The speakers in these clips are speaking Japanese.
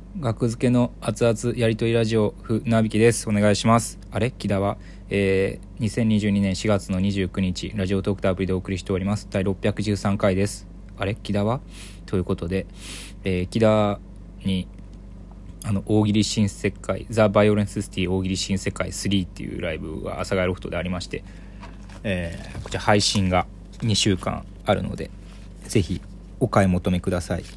学付けの熱々やりとりラジオ船引きです。お願いします。あれ木田は、2022年4月の29日ラジオトークとアプリでお送りしております第613回です。あれ木田はということで、木田に大喜利新世界ザ・バイオレンス・シティ大喜利新世界3っていうライブが阿佐ヶ谷ロフトでありまして、こちら配信が2週間あるのでぜひお買い求めください。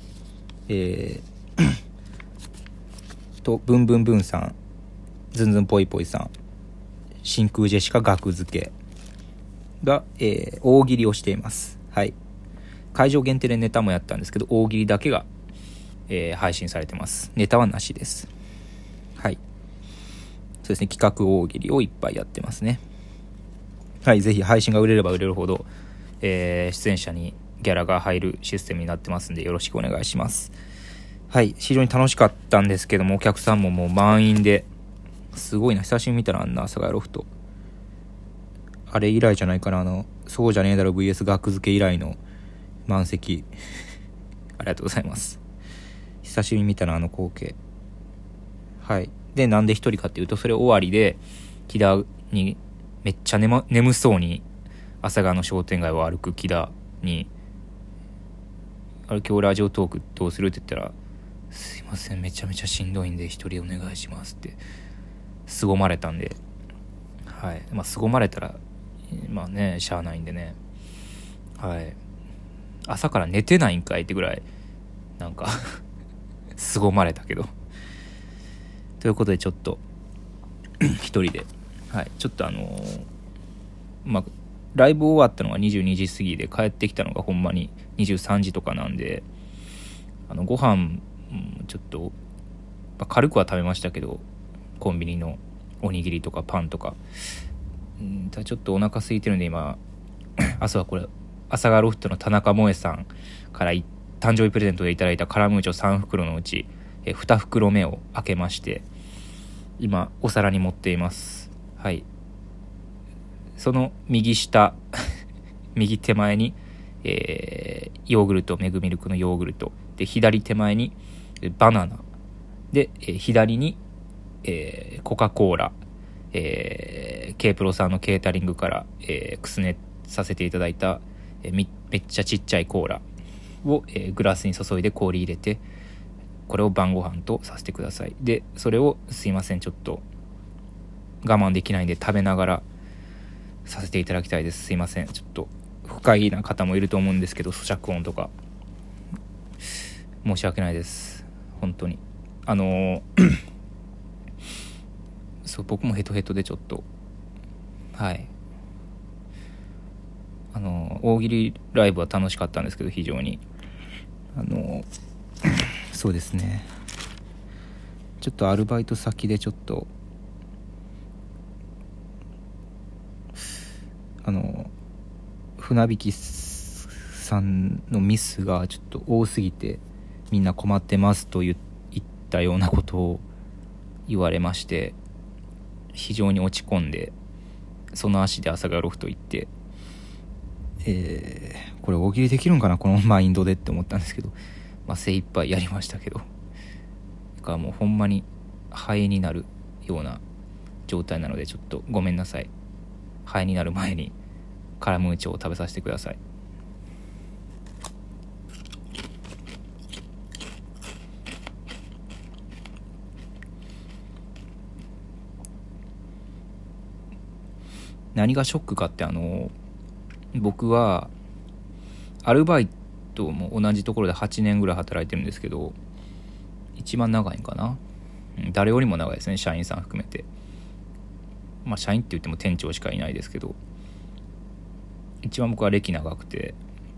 とブンブンブンさん、ズンズンポイポイさん、真空ジェシカ学付けが、大喜利をしています。はい。会場限定でネタもやったんですけど、大喜利だけが、配信されてます。ネタはなしです。はい。そうですね、企画大喜利をいっぱいやってますね。はい、ぜひ配信が売れれば売れるほど、出演者にギャラが入るシステムになってますんで、よろしくお願いします。はい、非常に楽しかったんですけども、お客さんももう満員で、すごいな、久しぶりに見たらあんな阿佐ヶ谷ロフト。あれ以来じゃないかな、そうじゃねえだろ VS 学付け以来の満席。ありがとうございます。久しぶりに見たら光景。はい。で、なんで一人かっていうと、それ終わりで、木田に、めっちゃ眠そうに、阿佐ヶ谷の商店街を歩く木田に、あれ今日ラジオトークどうするって言ったら、すいませんめちゃめちゃしんどいんで一人お願いしますって凄まれたんで、はい、凄まれたらまあねしゃあないんでね、はい、朝から寝てないんかいってぐらいなんか凄まれたけど、ということでちょっと一人で、はい、ちょっとライブ終わったのが22時過ぎで帰ってきたのがほんまに23時とかなんで、ご飯ちょっと、軽くは食べましたけど、コンビニのおにぎりとかパンとか、ただちょっとお腹空いてるんで今朝はこれ阿佐ヶ谷ロフトの田中萌さんから誕生日プレゼントでいただいたカラムーチョ3袋のうち2袋目を開けまして、今お皿に盛っています。はい。その右下右手前に、ヨーグルト、メグミルクのヨーグルトで、左手前にバナナで、左に、コカ・コーラ、K プロさんのケータリングから、くすねさせていただいた、めっちゃちっちゃいコーラを、グラスに注いで氷入れて、これを晩ご飯とさせてください。でそれをすいませんちょっと我慢できないんで食べながらさせていただきたいです。すいません、ちょっと不快な方もいると思うんですけど、咀嚼音とか申し訳ないです、本当に。そう、僕もヘトヘトでちょっと、はい、大喜利ライブは楽しかったんですけど、非常にそうですね、ちょっとアルバイト先でちょっと船引きさんのミスがちょっと多すぎてみんな困ってますと言ったようなことを言われまして、非常に落ち込んで、その足で阿佐ヶ谷ロフト行って、これ大喜利できるんかなこのマインドでって思ったんですけど、精一杯やりましたけど、だからもうほんまに肺になるような状態なので、ちょっとごめんなさい。肺になる前にカラムーチョを食べさせてください。何がショックかって、僕はアルバイトも同じところで8年ぐらい働いてるんですけど、一番長いんかな、誰よりも長いですね、社員さん含めて。社員って言っても店長しかいないですけど、一番僕は歴長くて、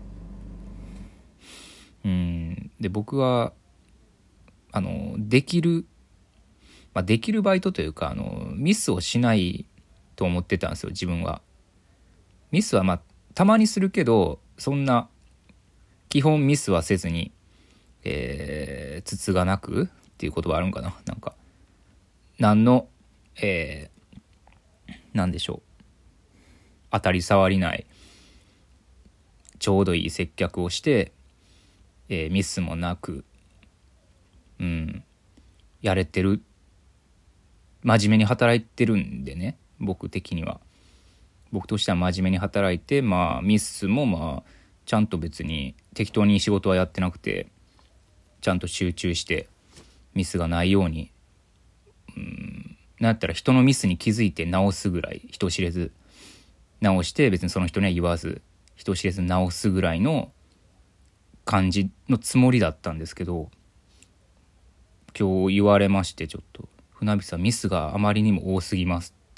で僕はできるバイトというか、ミスをしないと思ってたんですよ、自分は。ミスはたまにするけど、そんな基本ミスはせずに、つつがなくっていう言葉あるんかな、なんか何の、なんでしょう、当たり障りないちょうどいい接客をして、ミスもなく、 やれてる、真面目に働いてるんでね、僕としては真面目に働いて、ミスもちゃんと別に適当に仕事はやってなくて、ちゃんと集中してミスがないように、なんやったら人のミスに気づいて直すぐらい、人知れず直して、別にその人には言わず人知れず直すぐらいの感じのつもりだったんですけど、今日言われまして、ちょっと船火さんミスがあまりにも多すぎますって。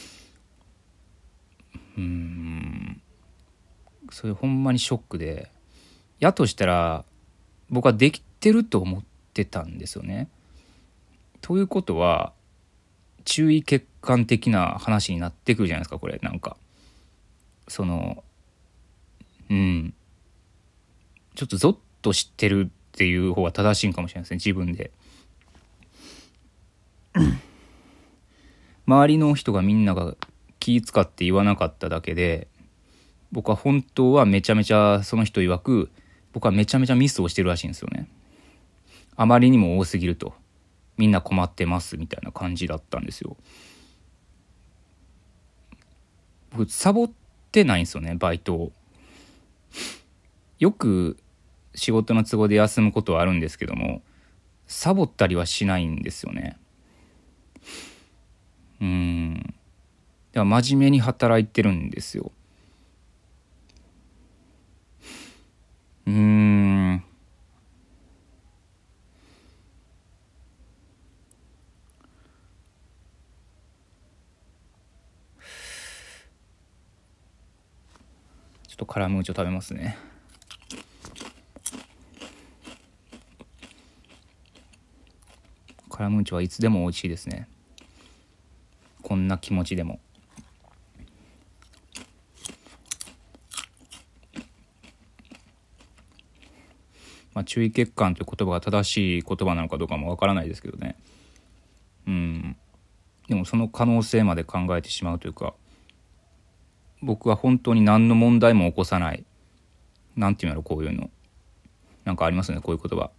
それほんまにショックで、やとしたら僕はできてると思ってたんですよね。ということは注意欠陥的な話になってくるじゃないですか、これ。なんかそのちょっとゾッとしてるっていう方が正しいんかもしれないですね、自分で。周りの人がみんなが気使って言わなかっただけで、僕は本当はめちゃめちゃ、その人曰く僕はめちゃめちゃミスをしてるらしいんですよね。あまりにも多すぎると、みんな困ってますみたいな感じだったんですよ。僕サボってないんですよね、バイトを。よく仕事の都合で休むことはあるんですけども、サボったりはしないんですよね。だから真面目に働いてるんですよ。ちょっとカラムーチョ食べますね。カラムーチョはいつでも美味しいですね、こんな気持ちでも。注意欠陥という言葉が正しい言葉なのかどうかもわからないですけどね。でもその可能性まで考えてしまうというか、僕は本当に何の問題も起こさない、なんていうの、こういうのなんかありますよね、こういう言葉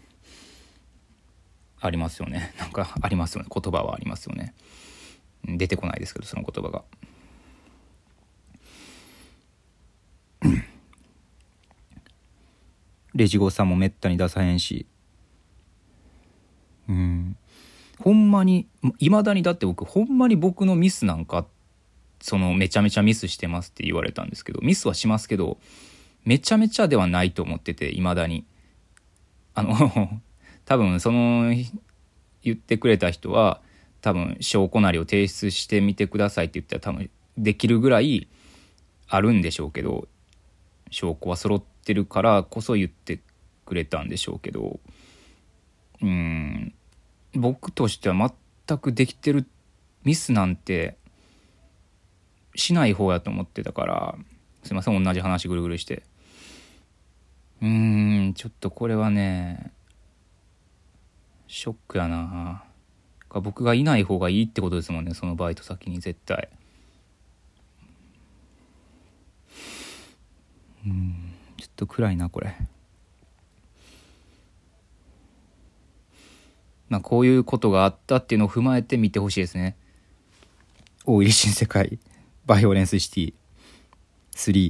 ありますよね。なんかありますよね、言葉はありますよね。出てこないですけど、その言葉が。レジゴさんもめったに出さへんし、ほんまに未だに、だって僕ほんまに僕のミスなんか、そのめちゃめちゃミスしてますって言われたんですけど、ミスはしますけどめちゃめちゃではないと思ってて、未だに多分その言ってくれた人は多分証拠なりを提出してみてくださいって言ったら多分できるぐらいあるんでしょうけど、証拠は揃ってるからこそ言ってくれたんでしょうけど、僕としては全くできてるミスなんてしない方やと思ってたから、すいません同じ話ぐるぐるして。ちょっとこれはねショックやな。僕がいない方がいいってことですもんね、そのバイト先に絶対。ちょっと暗いなこれ。こういうことがあったっていうのを踏まえて見てほしいですね。大入り新世界バイオレンスシティ3、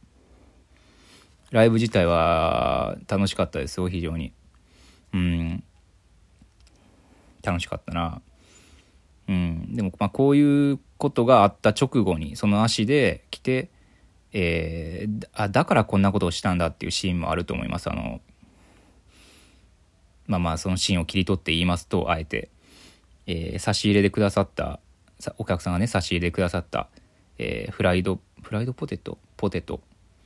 ライブ自体は楽しかったですよ、非常に。楽しかったな。でもこういうことがあった直後にその足で来て、だからこんなことをしたんだっていうシーンもあると思います。そのシーンを切り取って言いますと、あえて、差し入れでくださったお客さんがね差し入れでくださった、フライドポテト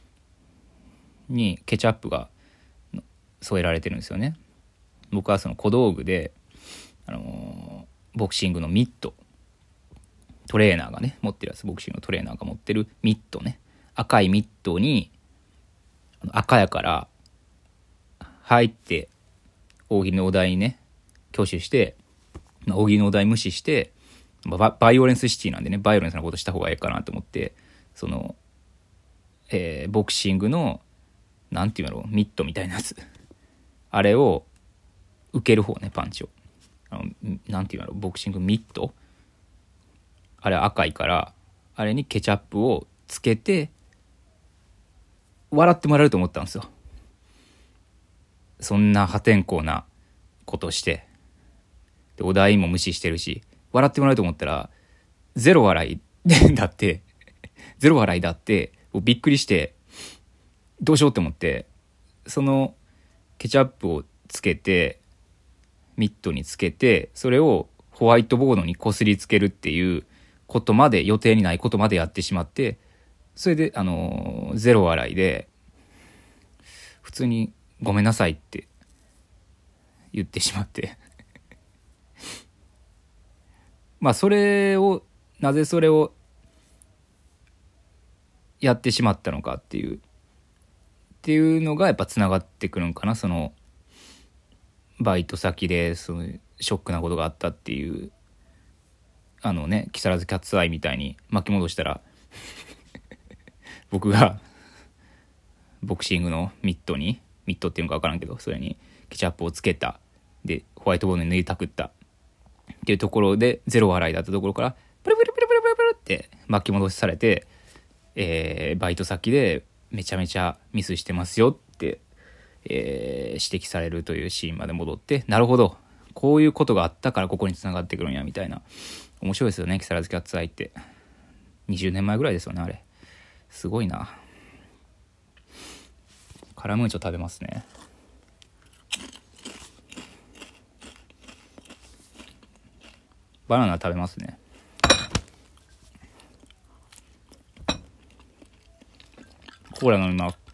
にケチャップが添えられてるんですよね。僕はその小道具で、ボクシングのミット、トレーナーがね持ってるやつ、ボクシングのトレーナーが持ってるミットね、赤いミットに赤やから入って大喜利のお題ね挙手して、大喜利のお題無視して、バイオレンスシティなんでね、バイオレンスなことした方がいいかなと思って、その、ボクシングのなんていうんだろう、ミットみたいなやつ、あれを受ける方ね、パンチをなんていうの、ボクシングミット、あれ赤いから、あれにケチャップをつけて笑ってもらえると思ったんですよ。そんな破天荒なことしてで、お題も無視してるし、笑ってもらえると思ったらゼロ笑いだってゼロ笑いだって、もうびっくりしてどうしようって思って、そのケチャップをつけてミットにつけて、それをホワイトボードにこすりつけるっていうことまで、予定にないことまでやってしまって、それでゼロ笑いで普通にごめんなさいって言ってしまってまあなぜそれをやってしまったのかっていうのがやっぱつながってくるんかな。そのバイト先でそのショックなことがあったっていう木更津キャッツアイみたいに巻き戻したら僕がボクシングのミットっていうのか分からんけど、それにケチャップをつけた、でホワイトボードに塗りたくったっていうところでゼロ笑いだったところからプルプルプルプルプルプルって巻き戻しされて、バイト先でめちゃめちゃミスしてますよって、指摘されるというシーンまで戻って、なるほど、こういうことがあったからここに繋がってくるんやみたいな。面白いですよね、木更津キャッツアイって。20年前ぐらいですよね、あれ。すごいな。カラムーチョ食べますね。バナナ食べますね。コーラ飲みます。